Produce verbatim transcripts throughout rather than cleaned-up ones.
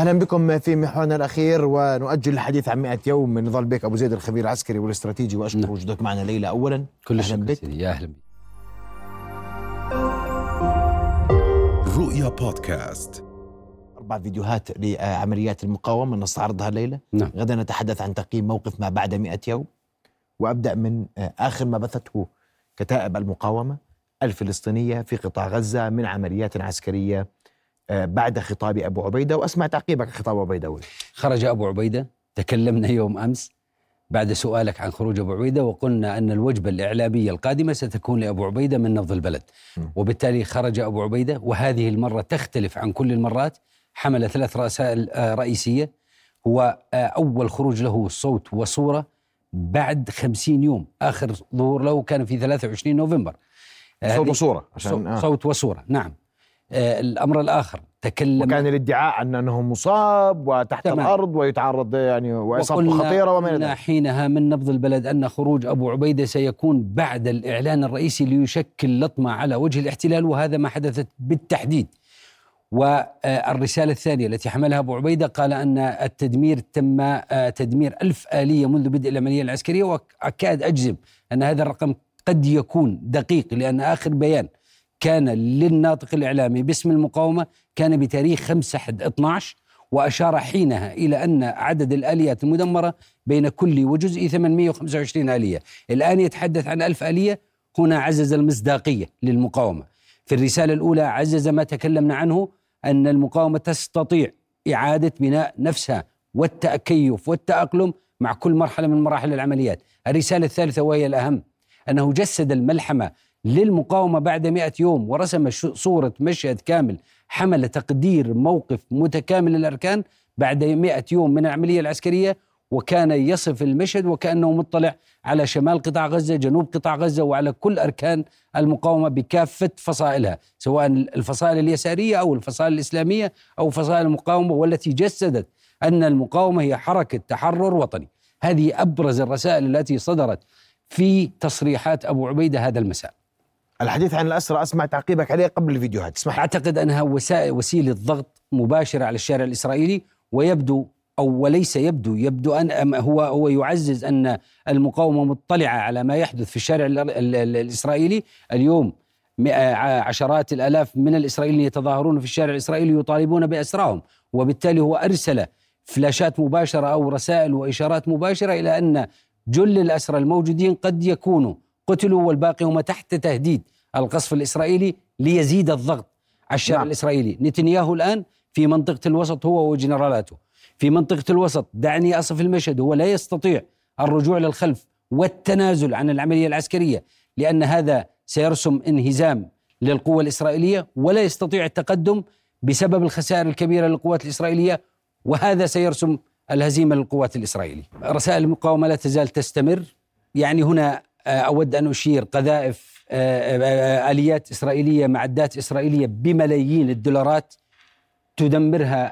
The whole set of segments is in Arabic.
أهلا بكم في محورنا الأخير، ونؤجل الحديث عن مئة يوم من نضال بيك أبو زيد الخبير العسكري والاستراتيجي، وأشكر وجودك معنا ليلى. أولا كل أهلا بك. يا أهلا بك. رؤيا بودكاست. أربع فيديوهات لعمليات المقاومة نستعرضها الليلة. نعم. غدا نتحدث عن تقييم موقف ما بعد مئة يوم، وأبدأ من آخر ما بثته كتائب المقاومة الفلسطينية في قطاع غزة من عمليات عسكرية بعد خطاب أبو عبيدة، وأسمع تعقيبك خطاب أبو عبيدة. خرج أبو عبيدة، تكلمنا يوم أمس بعد سؤالك عن خروج أبو عبيدة، وقلنا أن الوجبة الإعلامية القادمة ستكون لأبو عبيدة من نبض البلد. م. وبالتالي خرج أبو عبيدة، وهذه المرة تختلف عن كل المرات، حمل ثلاث رسائل رئيسية. هو أول خروج له صوت وصورة بعد خمسين يوم. آخر ظهور له كان في ثلاثة وعشرين نوفمبر. صوت وصورة عشان آه. صوت وصورة، نعم. آه الأمر الآخر تكلم، وكان الادعاء عن أنه مصاب وتحت تمام. الأرض ويتعرض يعني وإصابته خطيرة وما إلى ذلك. حينها من نبض البلد أن خروج أبو عبيدة سيكون بعد الإعلان الرئيسي ليشكل لطمة على وجه الاحتلال، وهذا ما حدث بالتحديد. والرسالة الثانية التي حملها أبو عبيدة قال أن التدمير تم تدمير ألف آلية منذ بدء العملية العسكرية، وأكاد أجزم أن هذا الرقم قد يكون دقيق، لأن آخر بيان كان للناطق الإعلامي باسم المقاومة كان بتاريخ خمسة اثني عشر، وأشار حينها إلى أن عدد الآليات المدمرة بين كل وجزء ثمانمئة وخمسة وعشرين آلية. الآن يتحدث عن ألف آلية. هنا عزز المصداقية للمقاومة. في الرسالة الأولى عزز ما تكلمنا عنه، أن المقاومة تستطيع إعادة بناء نفسها والتكيف والتأقلم مع كل مرحلة من مراحل العمليات. الرسالة الثالثة وهي الأهم، أنه جسد الملحمة للمقاومة بعد مئة يوم، ورسم صورة مشهد كامل حمل تقدير موقف متكامل الأركان بعد مئة يوم من العملية العسكرية. وكان يصف المشهد وكأنه مطلع على شمال قطاع غزة، جنوب قطاع غزة، وعلى كل أركان المقاومة بكافة فصائلها، سواء الفصائل اليسارية أو الفصائل الإسلامية أو فصائل المقاومة، والتي جسدت أن المقاومة هي حركة تحرر وطني. هذه أبرز الرسائل التي صدرت في تصريحات أبو عبيدة هذا المساء. الحديث عن الأسرى أسمع تعقيبك عليه قبل الفيديوهات. اسمح. أعتقد أنها وسائل وسيلة ضغط مباشرة على الشارع الإسرائيلي، ويبدو أو وليس يبدو يبدو أن هو هو يعزز أن المقاومة مطلعة على ما يحدث في الشارع الإسرائيلي اليوم. عشرات الآلاف من الإسرائيليين يتظاهرون في الشارع الإسرائيلي يطالبون بأسراهم، وبالتالي هو أرسل فلاشات مباشرة أو رسائل وإشارات مباشرة إلى أن جل الأسرى الموجودين قد يكونوا قتلوا، والباقي هم تحت تهديد القصف الإسرائيلي ليزيد الضغط على الشارع نعم. الإسرائيلي. نتنياهو الآن في منطقة الوسط هو وجنرالاته في منطقة الوسط، دعني أصف المشهد، هو لا يستطيع الرجوع للخلف والتنازل عن العملية العسكرية، لأن هذا سيرسم انهزام للقوة الإسرائيلية، ولا يستطيع التقدم بسبب الخسائر الكبيرة للقوات الإسرائيلية، وهذا سيرسم الهزيمة للقوات الإسرائيلية. رسائل المقاومة لا تزال تستمر. يعني هنا أود أن أشير قذائف آليات إسرائيلية، معدات إسرائيلية بملايين الدولارات تدمرها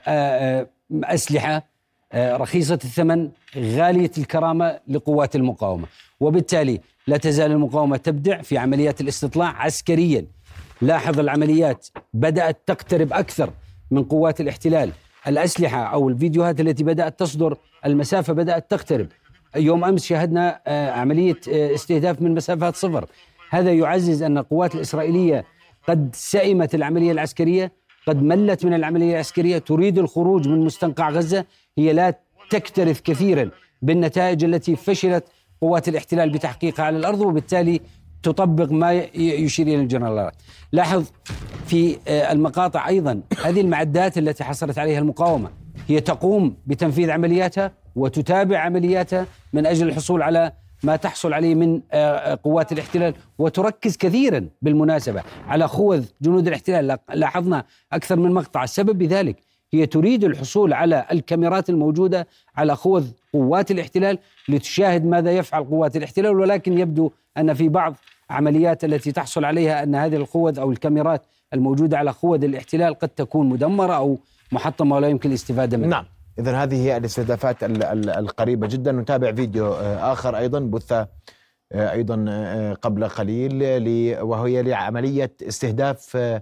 أسلحة رخيصة الثمن غالية الكرامة لقوات المقاومة، وبالتالي لا تزال المقاومة تبدع في عمليات الاستطلاع عسكريا. لاحظ العمليات بدأت تقترب أكثر من قوات الاحتلال. الأسلحة أو الفيديوهات التي بدأت تصدر، المسافة بدأت تقترب. يوم أمس شاهدنا عملية استهداف من مسافات صفر. هذا يعزز أن القوات الإسرائيلية قد سئمت العملية العسكرية، قد ملت من العملية العسكرية، تريد الخروج من مستنقع غزة. هي لا تكترث كثيرا بالنتائج التي فشلت قوات الاحتلال بتحقيقها على الأرض، وبالتالي تطبق ما يشير إلى الجنرالات. لاحظ في المقاطع أيضا هذه المعدات التي حصلت عليها المقاومة، هي تقوم بتنفيذ عملياتها وتتابع عملياتها من أجل الحصول على ما تحصل عليه من قوات الاحتلال، وتركز كثيرا بالمناسبة على خوذ جنود الاحتلال. لاحظنا أكثر من مقطع. السبب بذلك هي تريد الحصول على الكاميرات الموجودة على خوذ قوات الاحتلال لتشاهد ماذا يفعل قوات الاحتلال، ولكن يبدو أن في بعض عمليات التي تحصل عليها أن هذه الخوذ أو الكاميرات الموجودة على خوذ الاحتلال قد تكون مدمرة أو محطمة ولا يمكن الاستفادة منها. نعم، إذن هذه هي الاستهدافات القريبة جدا. نتابع فيديو آخر أيضا بث أيضا قبل قليل وهي لعملية استهداف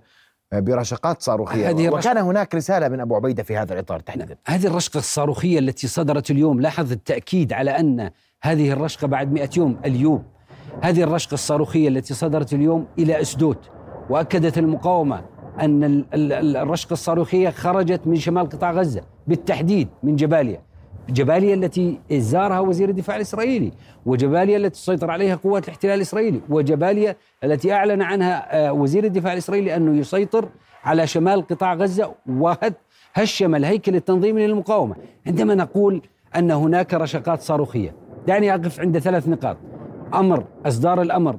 برشقات صاروخية، وكان هناك رسالة من أبو عبيدة في هذا الإطار تحديدا. هذه الرشقة الصاروخية التي صدرت اليوم، لاحظ التأكيد على أن هذه الرشقة بعد مئة يوم اليوم، هذه الرشقة الصاروخية التي صدرت اليوم إلى أسدود، وأكدت المقاومة أن الرشقة الصاروخية خرجت من شمال قطاع غزة، بالتحديد من جباليا، جباليا التي زارها وزير الدفاع الإسرائيلي، وجباليا التي تسيطر عليها قوات الاحتلال الإسرائيلي، وجباليا التي أعلن عنها وزير الدفاع الإسرائيلي أنه يسيطر على شمال قطاع غزة وهشم الهيكل التنظيمي للمقاومة. عندما نقول أن هناك رشقات صاروخية، دعني أقف عند ثلاث نقاط. أمر إصدار الأمر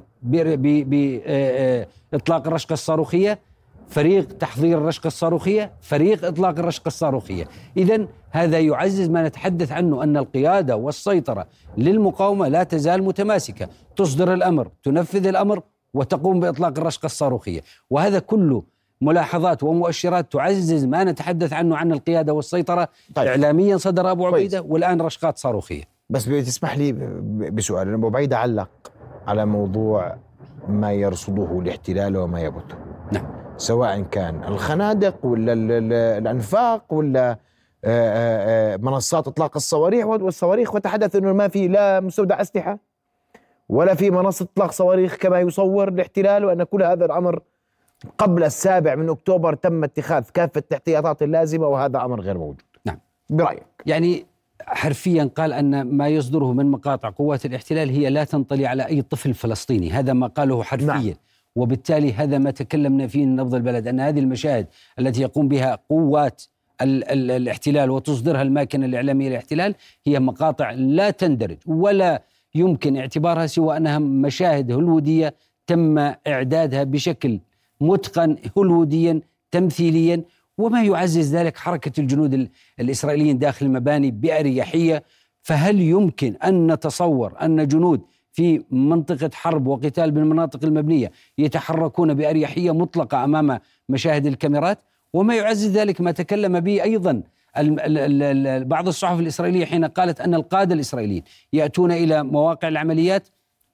بإطلاق الرشقة الصاروخية، فريق تحضير الرشقة الصاروخية، فريق إطلاق الرشقة الصاروخية. إذن هذا يعزز ما نتحدث عنه، أن القيادة والسيطرة للمقاومة لا تزال متماسكة، تصدر الأمر، تنفذ الأمر، وتقوم بإطلاق الرشقة الصاروخية. وهذا كله ملاحظات ومؤشرات تعزز ما نتحدث عنه عن القيادة والسيطرة. طيب. إعلاميا صدر أبو عبيدة، والآن رشقات صاروخية. بس بتسمح لي بسؤال، أبو عبيدة علق على موضوع ما يرصده الاحتلال وما يبثه. نعم. سواء كان الخنادق ولا الأنفاق ولا منصات إطلاق الصواريخ والصواريخ، وتحدث أنه ما في لا مستودع أسلحة ولا في منصة إطلاق صواريخ كما يصور الاحتلال، وأن كل هذا الأمر قبل السابع من أكتوبر تم اتخاذ كافة الاحتياطات اللازمة، وهذا أمر غير موجود. نعم. برأيك؟ يعني حرفيا قال أن ما يصدره من مقاطع قوات الاحتلال هي لا تنطلي على أي طفل فلسطيني، هذا ما قاله حرفيا. نعم. وبالتالي هذا ما تكلمنا فيه من نبض البلد، أن هذه المشاهد التي يقوم بها قوات ال ال الاحتلال وتصدرها الماكنة الإعلامية للاحتلال هي مقاطع لا تندرج ولا يمكن اعتبارها سوى أنها مشاهد هوليوودية تم إعدادها بشكل متقن هوليووديا تمثيليا، وما يعزز ذلك حركة الجنود الإسرائيليين داخل المباني بأريحية. فهل يمكن أن نتصور أن جنود في منطقة حرب وقتال بالمناطق المبنية يتحركون بأريحية مطلقة أمام مشاهد الكاميرات؟ وما يعزز ذلك ما تكلم به أيضا بعض الصحف الإسرائيلية حين قالت أن القادة الإسرائيليين يأتون إلى مواقع العمليات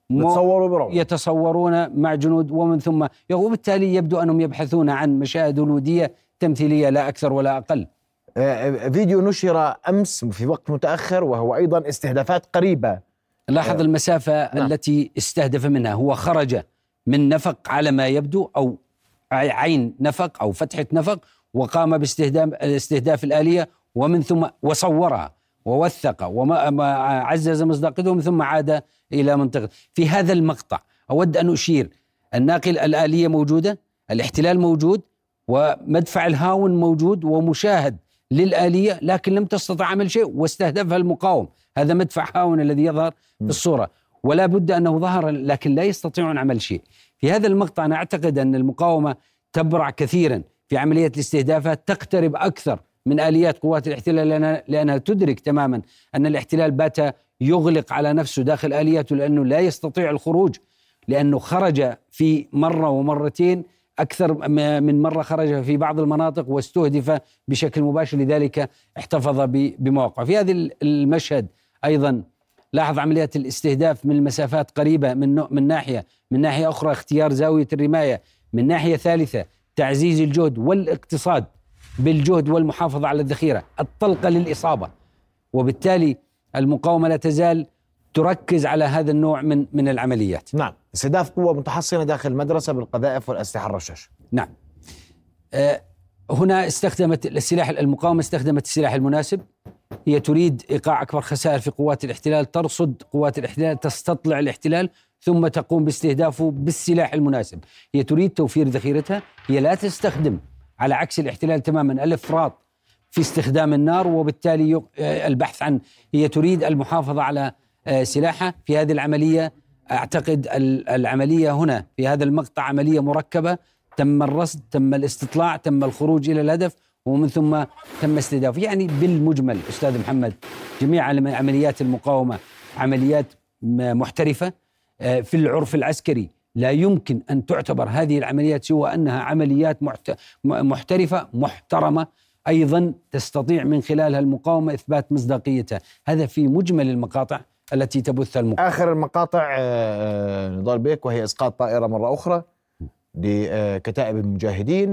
يتصورون مع جنود، ومن ثم وبالتالي يبدو أنهم يبحثون عن مشاهد هوليودية تمثيلية لا أكثر ولا أقل. فيديو نشر أمس في وقت متأخر وهو أيضا استهدافات قريبة. لاحظ المسافة نعم. التي استهدف منها، هو خرج من نفق على ما يبدو أو عين نفق أو فتحة نفق، وقام باستهداف استهداف الآلية، ومن ثم وصورها ووثق وعزز مصداقيته، ومن ثم عاد إلى منطقة. في هذا المقطع أود أن أشير، الناقل الآلية موجودة، الاحتلال موجود، ومدفع الهاون موجود ومشاهد للآلية، لكن لم تستطع عمل شيء واستهدفها المقاوم. هذا مدفع هاون الذي يظهر في الصورة، ولا بد أنه ظهر لكن لا يستطيعون عمل شيء. في هذا المقطع أنا أعتقد أن المقاومة تبرع كثيرا في عملية الاستهدافات، تقترب أكثر من آليات قوات الاحتلال، لأنها, لأنها تدرك تماما أن الاحتلال بات يغلق على نفسه داخل آلياته، لأنه لا يستطيع الخروج، لأنه خرج في مرة ومرتين، أكثر من مرة خرج في بعض المناطق واستهدف بشكل مباشر، لذلك احتفظ بمواقع. في هذا المشهد أيضا لاحظ عمليات الاستهداف من المسافات قريبة، من من ناحية من ناحية أخرى اختيار زاوية الرماية، من ناحية ثالثة تعزيز الجهد والاقتصاد بالجهد والمحافظة على الذخيرة، الطلقة للإصابة. وبالتالي المقاومة لا تزال تركز على هذا النوع من من العمليات. نعم، استهداف قوة متحصنة داخل المدرسة بالقذائف والأسلحة الرشاشة. نعم. أه هنا استخدمت السلاح، المقاومة استخدمت السلاح المناسب. هي تريد إيقاع أكبر خسائر في قوات الاحتلال، ترصد قوات الاحتلال، تستطلع الاحتلال، ثم تقوم باستهدافه بالسلاح المناسب. هي تريد توفير ذخيرتها، هي لا تستخدم على عكس الاحتلال تماما الافراط في استخدام النار، وبالتالي البحث عن، هي تريد المحافظة على سلاحها. في هذه العملية أعتقد العملية هنا في هذا المقطع عملية مركبة، تم الرصد، تم الاستطلاع، تم الخروج إلى الهدف، ومن ثم تم استهدافه. يعني بالمجمل أستاذ محمد جميع عمليات المقاومة عمليات محترفة في العرف العسكري. لا يمكن أن تعتبر هذه العمليات سوى أنها عمليات محترفة محترمة، أيضا تستطيع من خلالها المقاومة إثبات مصداقيتها. هذا في مجمل المقاطع التي تبث المقاومة. آخر المقاطع نضال بيك، وهي إسقاط طائرة مرة أخرى لكتائب المجاهدين،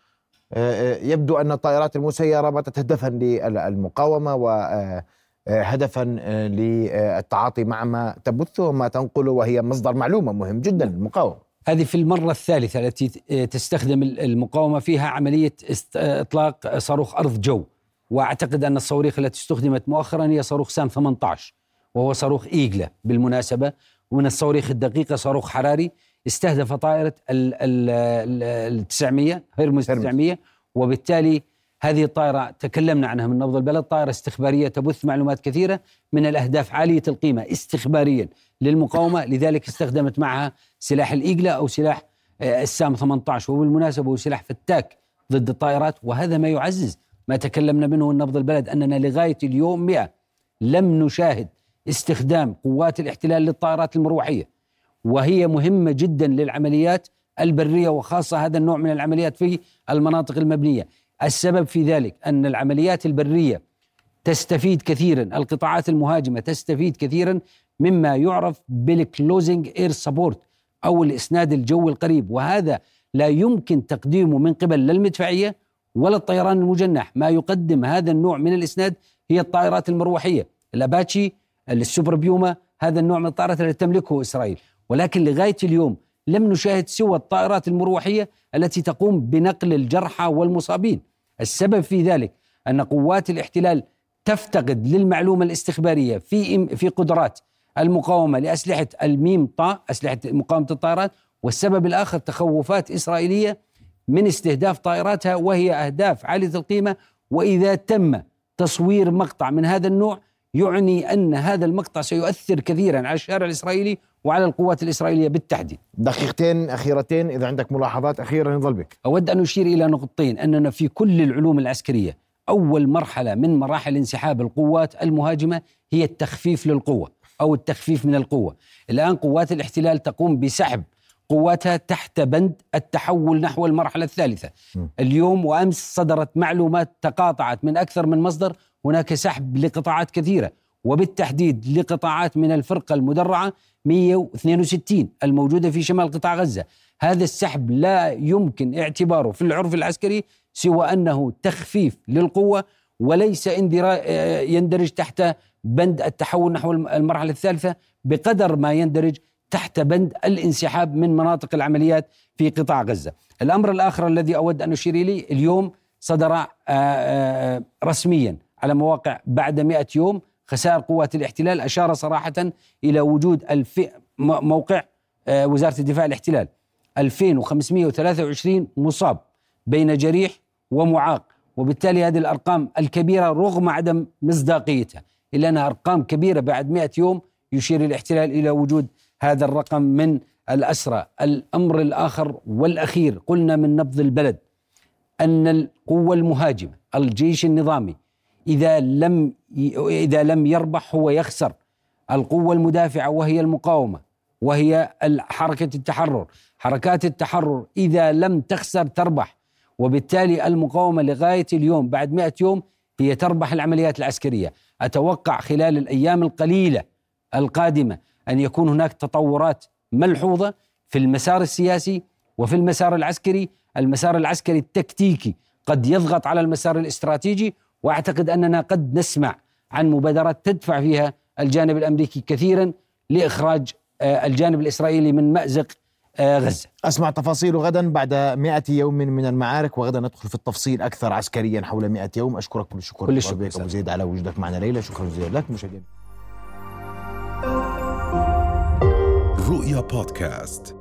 ويبدو أن الطائرات المسيرة باتت هدفا للمقاومة وهدفا للتعاطي مع ما تبثه وما تنقله، وهي مصدر معلومة مهم جدا للمقاومة. هذه في المرة الثالثة التي تستخدم المقاومة فيها عملية إطلاق صاروخ أرض جو، وأعتقد أن الصواريخ التي استخدمت مؤخرا هي صاروخ سام ثمانية عشر وهو صاروخ إيجلا بالمناسبة، ومن الصواريخ الدقيقة صاروخ حراري استهدف طائرة التسعمية هيرموس تسعمية، وبالتالي هذه الطائرة تكلمنا عنها من نبض البلد، طائرة استخبارية تبث معلومات كثيرة من الأهداف عالية القيمة استخباريا للمقاومة، لذلك استخدمت معها سلاح الإيجلا أو سلاح السام ثمانية عشر، وبالمناسبة هو سلاح فتاك ضد الطائرات. وهذا ما يعزز ما تكلمنا منه من نبض البلد، أننا لغاية اليوم مئة لم نشاهد استخدام قوات الاحتلال للطائرات المروحية، وهي مهمة جدا للعمليات البرية، وخاصة هذا النوع من العمليات في المناطق المبنية. السبب في ذلك أن العمليات البرية تستفيد كثيرا، القطاعات المهاجمة تستفيد كثيرا مما يعرف بالكلوزنج اير سبورت أو الإسناد الجوي القريب، وهذا لا يمكن تقديمه من قبل لا المدفعية ولا الطيران المجنح. ما يقدم هذا النوع من الإسناد هي الطائرات المروحية، الأباتشي، السوبر بيوما، هذا النوع من الطائرات التي تملكه إسرائيل. ولكن لغاية اليوم لم نشاهد سوى الطائرات المروحية التي تقوم بنقل الجرحى والمصابين. السبب في ذلك أن قوات الاحتلال تفتقد للمعلومة الاستخبارية في في قدرات المقاومة لأسلحة الميم طا، أسلحة مقاومة الطائرات، والسبب الآخر تخوفات إسرائيلية من استهداف طائراتها وهي أهداف عالية القيمة. وإذا تم تصوير مقطع من هذا النوع يعني أن هذا المقطع سيؤثر كثيرا على الشارع الإسرائيلي وعلى القوات الإسرائيلية بالتحديد. دقيقتين أخيرتين إذا عندك ملاحظات أخيرة نظل بك. أود أن أشير إلى نقطتين، أننا في كل العلوم العسكرية أول مرحلة من مراحل انسحاب القوات المهاجمة هي التخفيف للقوة أو التخفيف من القوة. الآن قوات الاحتلال تقوم بسحب قواتها تحت بند التحول نحو المرحلة الثالثة. م. اليوم وأمس صدرت معلومات تقاطعت من أكثر من مصدر، هناك سحب لقطاعات كثيرة وبالتحديد لقطاعات من الفرقة المدرعة مئة واثنين وستين الموجودة في شمال قطاع غزة. هذا السحب لا يمكن اعتباره في العرف العسكري سوى أنه تخفيف للقوة وليس يندرج تحت بند التحول نحو المرحلة الثالثة بقدر ما يندرج تحت بند الانسحاب من مناطق العمليات في قطاع غزة. الأمر الآخر الذي أود أن أشير إليه، اليوم صدر رسميا على مواقع بعد مئة يوم خسائر قوات الاحتلال، أشار صراحة إلى وجود الف... موقع وزارة الدفاع الاحتلال ألفين وخمسمئة وثلاثة وعشرين مصاب بين جريح ومعاق، وبالتالي هذه الأرقام الكبيرة رغم عدم مصداقيتها إلا أنها أرقام كبيرة بعد مئة يوم يشير الاحتلال إلى وجود هذا الرقم من الأسرى. الأمر الآخر والأخير، قلنا من نبض البلد أن القوة المهاجمة الجيش النظامي إذا لم إذا لم يربح هو يخسر. القوة المدافعة وهي المقاومة وهي حركة التحرر، حركات التحرر إذا لم تخسر تربح، وبالتالي المقاومة لغاية اليوم بعد مئة يوم هي تربح العمليات العسكرية. أتوقع خلال الأيام القليلة القادمة أن يكون هناك تطورات ملحوظة في المسار السياسي وفي المسار العسكري. المسار العسكري التكتيكي قد يضغط على المسار الاستراتيجي، وأعتقد أننا قد نسمع عن مبادرات تدفع فيها الجانب الأمريكي كثيرا لإخراج الجانب الإسرائيلي من مأزق غزة. أسمع تفاصيل غدا بعد مئة يوم من المعارك، وغدا ندخل في التفصيل أكثر عسكريا حول مئة يوم. أشكرك كل الشكر كل الشكر أبو زيد على وجودك معنا ليلى. شكرا جزيلا لك مشاهدينا. رؤيا بودكاست.